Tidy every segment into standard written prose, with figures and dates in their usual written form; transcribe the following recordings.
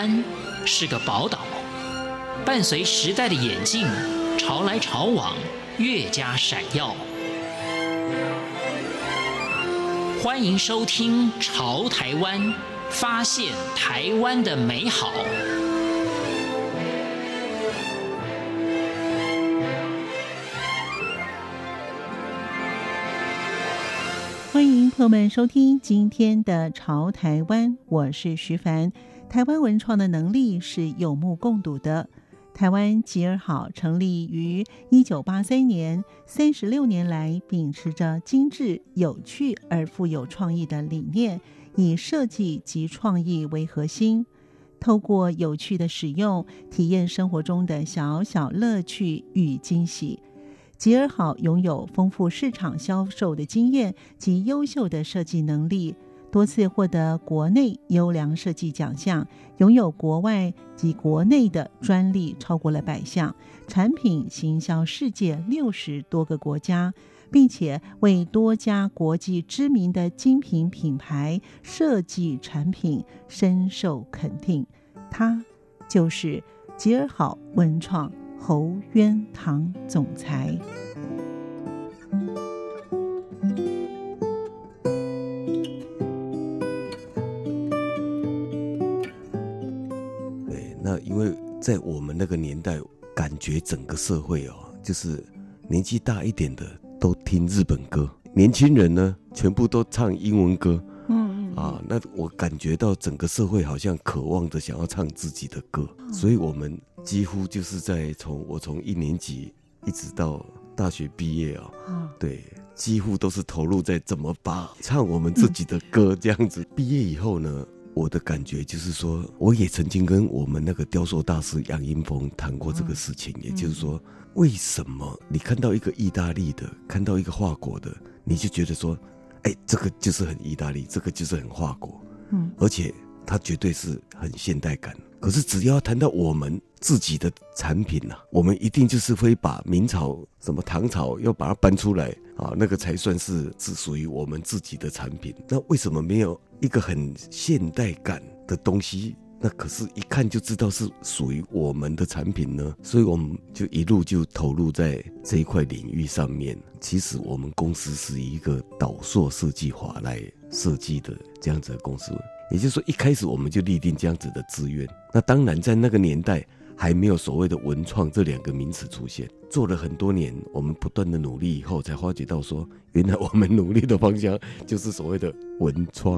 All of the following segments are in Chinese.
湾是个宝岛，伴随时代的演进，潮来潮往，越加闪耀。欢迎收听《潮台湾》，发现台湾的美好。 欢迎朋友们收听今天的《潮台湾》，我是徐凡。台湾文创的能力是有目共睹的。台湾吉尔好成立于1983年，36年来秉持着精致、有趣而富有创意的理念，以设计及创意为核心，透过有趣的使用，体验生活中的小小乐趣与惊喜。吉尔好拥有丰富市场销售的经验及优秀的设计能力，多次获得国内优良设计奖项，拥有国外及国内的专利超过了100项，产品行销世界60多个国家，并且为多家国际知名的精品品牌设计产品深受肯定。他就是吉尔好文创侯渊堂总裁。 那因为在我们那个年代，感觉整个社会就是年纪大一点的都听日本歌，年轻人呢全部都唱英文歌。那我感觉到整个社会好像渴望着想要唱自己的歌，所以我们几乎就是我从1年级一直到大学毕业对，几乎都是投入在怎么唱我们自己的歌这样子。毕业以后呢，我的感觉就是说，我也曾经跟我们那个雕塑大师杨英峰谈过这个事情，也就是说，为什么你看到一个意大利的，看到一个法国的，你就觉得说，这个就是很意大利，这个就是很法国，而且它绝对是很现代感。可是只要谈到我们自己的产品我们一定就是会把明朝什么唐朝要把它搬出来那个才算是属于我们自己的产品。那为什么没有一个很现代感的东西，那可是一看就知道是属于我们的产品呢？所以我们就一路就投入在这一块领域上面。其实我们公司是一个导塑设计法来设计的这样子的公司，也就是说一开始我们就立定这样子的志愿。那当然在那个年代还没有所谓的文创这2个名词出现，做了很多年，我们不断的努力以后才发觉到说，原来我们努力的方向就是所谓的文创。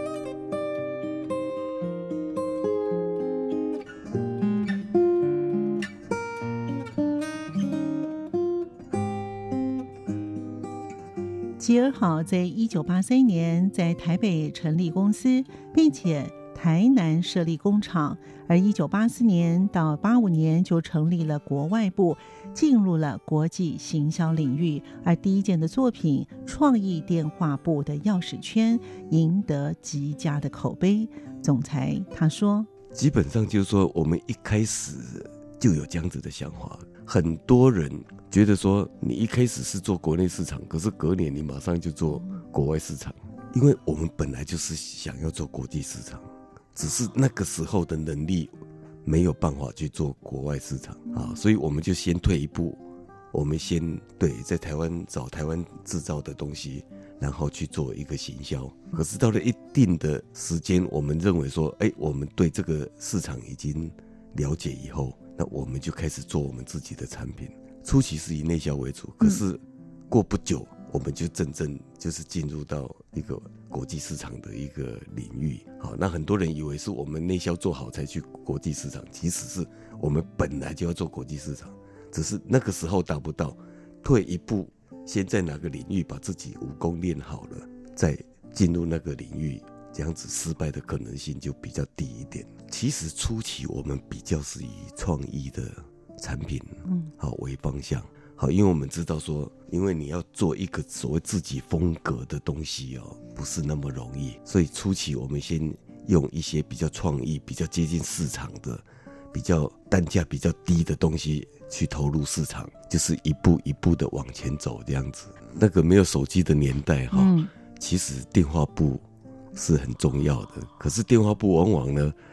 吉尔好在1983年在台北成立公司，并且台南设立工厂，而1984年到85年就成立了国外部，进入了国际行销领域。而第一件的作品创意电话簿的钥匙圈赢得极佳的口碑。总裁他说， 基本上就是说我们一开始就有这样子的想法。很多人觉得说你一开始是做国内市场，可是隔年你马上就做国外市场，因为我们本来就是想要做国际市场，只是那个时候的能力没有办法去做国外市场所以我们就先退一步，我们先在台湾找台湾制造的东西，然后去做一个行销。可是到了一定的时间，我们认为说我们对这个市场已经了解以后，那我们就开始做我们自己的产品。初期是以内销为主，可是过不久我们就真正就是进入到一个国际市场的一个领域。那很多人以为是我们内销做好才去国际市场，其实是我们本来就要做国际市场，只是那个时候达不到，退一步，先在哪个领域把自己武功练好了，再进入那个领域，这样子失败的可能性就比较低一点。其实初期我们比较是以创意的产品为方向，因为我们知道说，因为你要做一个所谓自己风格的东西不是那么容易，所以初期我们先用一些比较创意、比较接近市场的、比较单价比较低的东西去投入市场，就是一步一步的往前走这样子。那个没有手机的年代其实电话簿是很重要的，可是电话簿往往呢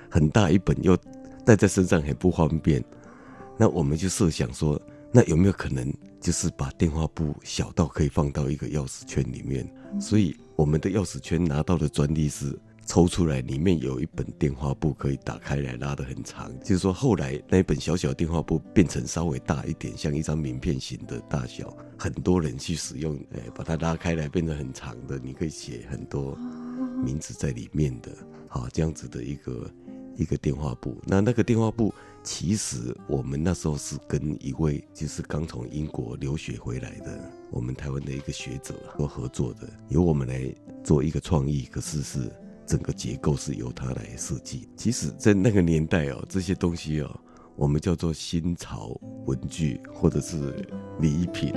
很大一本又带在身上很不方便。那我们就设想说，那有没有可能就是把电话簿小到可以放到一个钥匙圈里面？所以我们的钥匙圈拿到的专利是抽出来，里面有一本电话簿可以打开来拉得很长，就是说后来那一本小小的电话簿变成稍微大一点，像一张名片型的大小，很多人去使用，把它拉开来变成很长的，你可以写很多名字在里面的，好，这样子的一个电话簿。那个电话簿其实我们那时候是跟一位就是刚从英国留学回来的我们台湾的一个学者做合作的，由我们来做一个创意，可是是整个结构是由他来设计。其实在那个年代这些东西我们叫做新潮文具或者是礼品。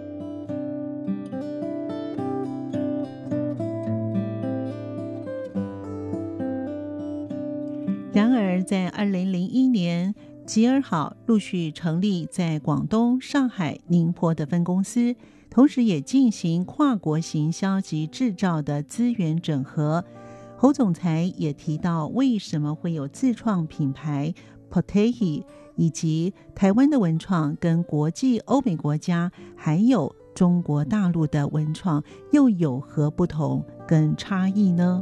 然而在2001年，吉尔好陆续成立在广东、上海、宁波的分公司，同时也进行跨国行销及制造的资源整合。侯总裁也提到为什么会有自创品牌 Potehi， 以及台湾的文创跟国际欧美国家还有中国大陆的文创又有何不同跟差异呢？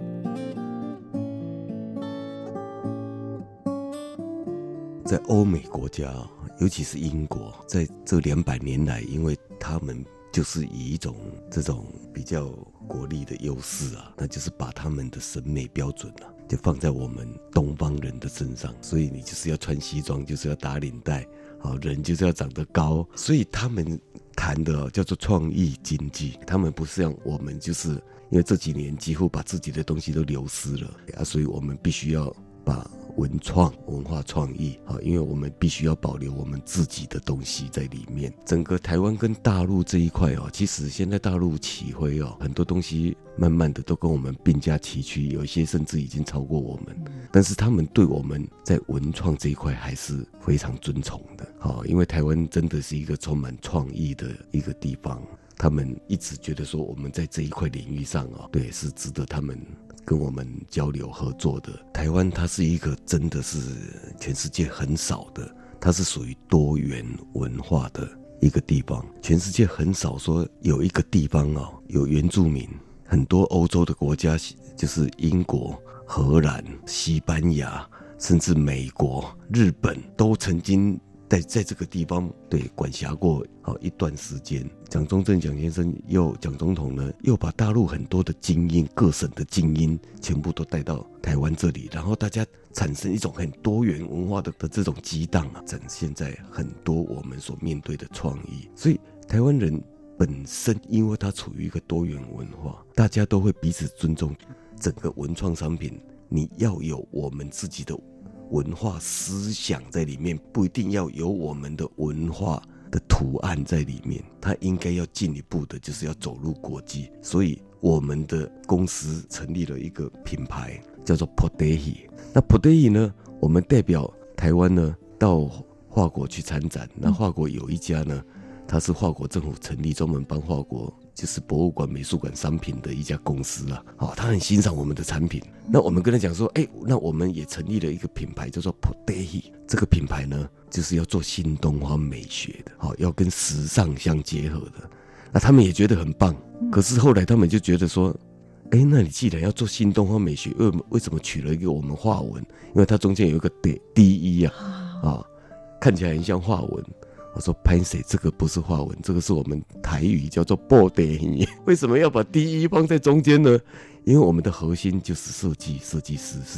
在欧美国家，尤其是英国，在这200年来，因为他们就是以一种这种比较国力的优势那就是把他们的审美标准就放在我们东方人的身上，所以你就是要穿西装，就是要打领带，人就是要长得高，所以他们谈的叫做创意经济。他们不是像我们，就是因为这几年几乎把自己的东西都流失了所以我们必须要把文化创意因为我们必须要保留我们自己的东西在里面。整个台湾跟大陆这一块其实现在大陆起飞很多东西慢慢的都跟我们并驾齐驱，有一些甚至已经超过我们，但是他们对我们在文创这一块还是非常尊崇的因为台湾真的是一个充满创意的一个地方，他们一直觉得说我们在这一块领域上对，是值得他们跟我们交流合作的。台湾它是一个真的是全世界很少的，它是属于多元文化的一个地方，全世界很少说有一个地方有原住民。很多欧洲的国家，就是英国、荷兰、西班牙，甚至美国、日本都曾经在这个地方管辖过一段时间。蒋中正蒋先生蒋总统呢又把大陆很多的精英，各省的精英全部都带到台湾这里，然后大家产生一种很多元文化的这种激荡展现在很多我们所面对的创意。所以台湾人本身因为它处于一个多元文化，大家都会彼此尊重。整个文创商品你要有我们自己的文化思想在里面，不一定要有我们的文化的图案在里面，它应该要进一步的就是要走入国际。所以我们的公司成立了一个品牌叫做 Potehi。 那 Potehi 呢，我们代表台湾呢到法国去参展。那法国有一家呢，它是法国政府成立专门帮法国就是博物馆美术馆商品的一家公司他很欣赏我们的产品。那我们跟他讲说那我们也成立了一个品牌叫做 Potehi。 这个品牌呢就是要做新东方美学的要跟时尚相结合的。那他们也觉得很棒，可是后来他们就觉得说那你既然要做新东方美学，为什么取了一个我们法文？因为它中间有一个D1看起来很像法文。我说拍谁，这个不是法文，这个是我们台语叫做布袋戏。为什么要把第一放在中间呢？因为我们的核心就是设计师是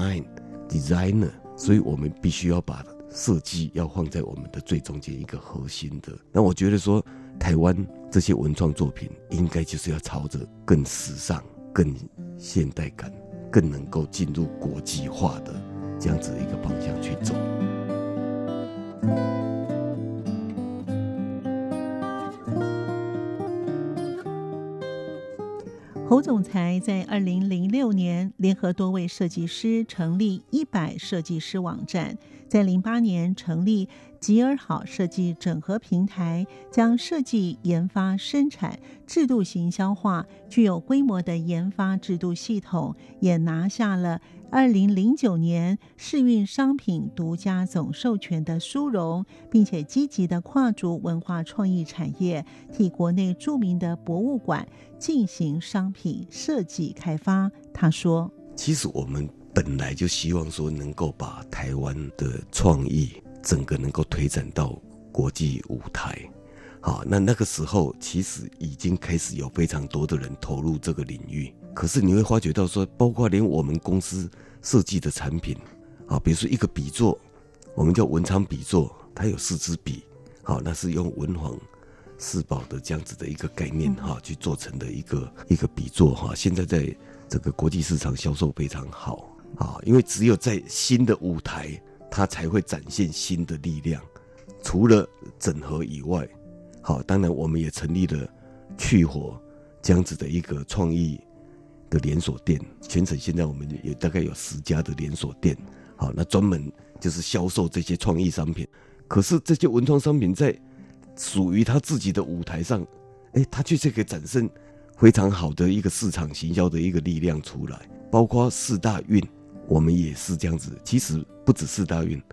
designer， 所以我们必须要把设计要放在我们的最中间一个核心的。那我觉得说台湾这些文创作品应该就是要朝着更时尚、更现代感、更能够进入国际化的这样子一个方向去走。 侯总裁在2006年联合多位设计师成立100设计师网站，在08年成立吉尔好设计整合平台，将设计、研发、生产制度行销化，具有规模的研发制度系统，也拿下了2009年世运商品独家总授权的殊荣，并且积极的跨足文化创意产业，替国内著名的博物馆进行商品设计开发。他说， 其实我们本来就希望说能够把台湾的创意整个能够推展到国际舞台。好，那个时候其实已经开始有非常多的人投入这个领域，可是你会发觉到说，包括连我们公司设计的产品，好，比如说一个笔作，我们叫文昌笔作，它有4支笔，好，那是用文房四宝的这样子的一个概念去做成的一个笔作哈，现在在这个国际市场销售非常好啊，因为只有在新的舞台，它才会展现新的力量。除了整合以外，好，当然我们也成立了去火这样子的一个创意的连锁店，全省现在我们也大概有10家的连锁店，好，那专门就是销售这些创意商品。可是这些文创商品在属于他自己的舞台上，他却可以展现非常好的一个市场行销的一个力量出来。包括4大运，我们也是这样子。其实不止4大运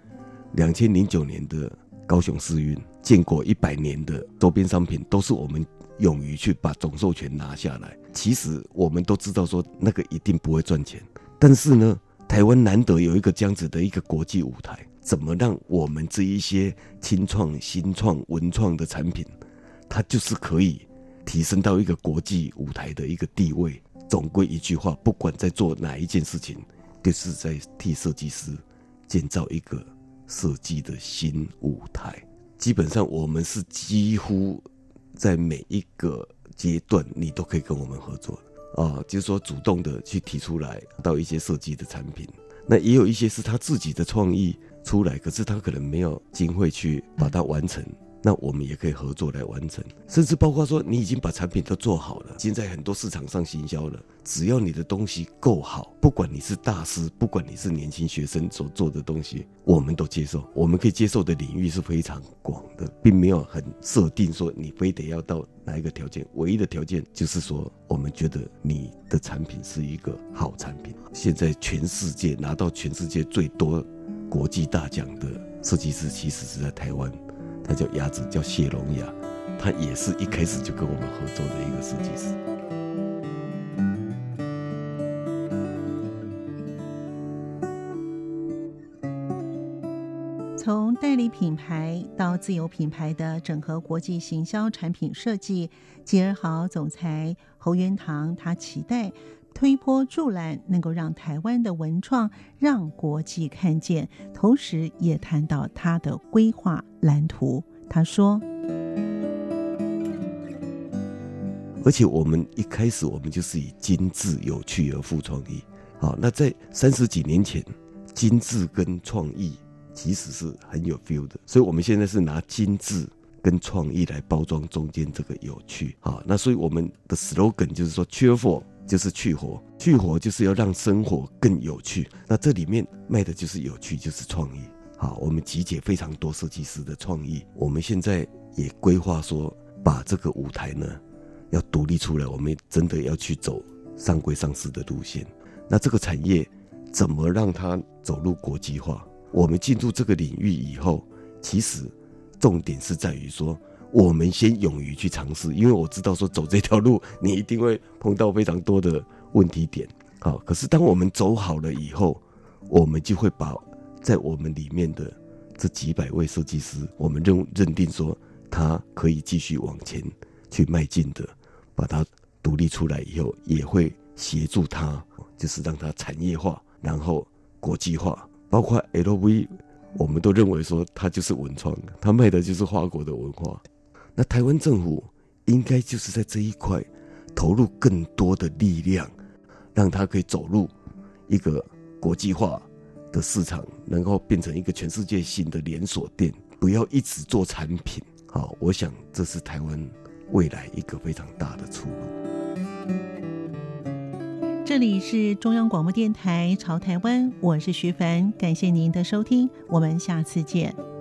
，2009年的高雄世运，建国100年的周边商品，都是我们勇于去把总授权拿下来。其实我们都知道说那个一定不会赚钱，但是呢，台湾难得有一个这样子的一个国际舞台，怎么让我们这一些轻创、新创、文创的产品，它就是可以提升到一个国际舞台的一个地位。总归一句话，不管在做哪一件事情，就是在替设计师建造一个设计的新舞台。基本上我们是几乎在每一个阶段你都可以跟我们合作就是说主动的去提出来到一些设计的产品。那也有一些是他自己的创意出来，可是他可能没有经费去把它完成，那我们也可以合作来完成。甚至包括说你已经把产品都做好了，已经在很多市场上行销了，只要你的东西够好，不管你是大师，不管你是年轻学生所做的东西，我们都接受。我们可以接受的领域是非常广的，并没有很设定说你非得要到哪一个条件，唯一的条件就是说我们觉得你的产品是一个好产品。现在全世界拿到全世界最多国际大奖的设计师其实是在台湾，他叫鸭子，叫谢龙雅，他也是一开始就跟我们合作的一个设计师。 从代理品牌到自有品牌的整合国际行销产品设计，吉尔好总裁侯元堂他期待推波助澜，能够让台湾的文创让国际看见，同时也谈到他的规划蓝图。他说， 而且我们一开始我们就是以精致有趣而富创意。好，那在30几年前，精致跟创意其实是很有 feel 的，所以我们现在是拿精致跟创意来包装中间这个有趣。好，那所以我们的 slogan 就是说 cheerful 就是去活，去活就是要让生活更有趣。那这里面卖的就是有趣，就是创意。好，我们集结非常多设计师的创意，我们现在也规划说把这个舞台呢要独立出来，我们真的要去走上柜上市的路线。那这个产业怎么让它走入国际化？我们进入这个领域以后，其实重点是在于说我们先勇于去尝试，因为我知道说走这条路你一定会碰到非常多的问题点。好，可是当我们走好了以后，我们就会把在我们里面的这几百位设计师，我们认定说他可以继续往前去迈进的，把它独立出来以后，也会协助他，就是让它产业化，然后国际化。包括 LV， 我们都认为说它就是文创，它卖的就是华国的文化。那台湾政府应该就是在这一块投入更多的力量，让它可以走入一个国际化的市场，能够变成一个全世界性的连锁店，不要一直做产品。好，我想这是台湾未来一个非常大的出路。 这里是中央广播电台潮台湾，我是徐凡，感谢您的收听，我们下次见。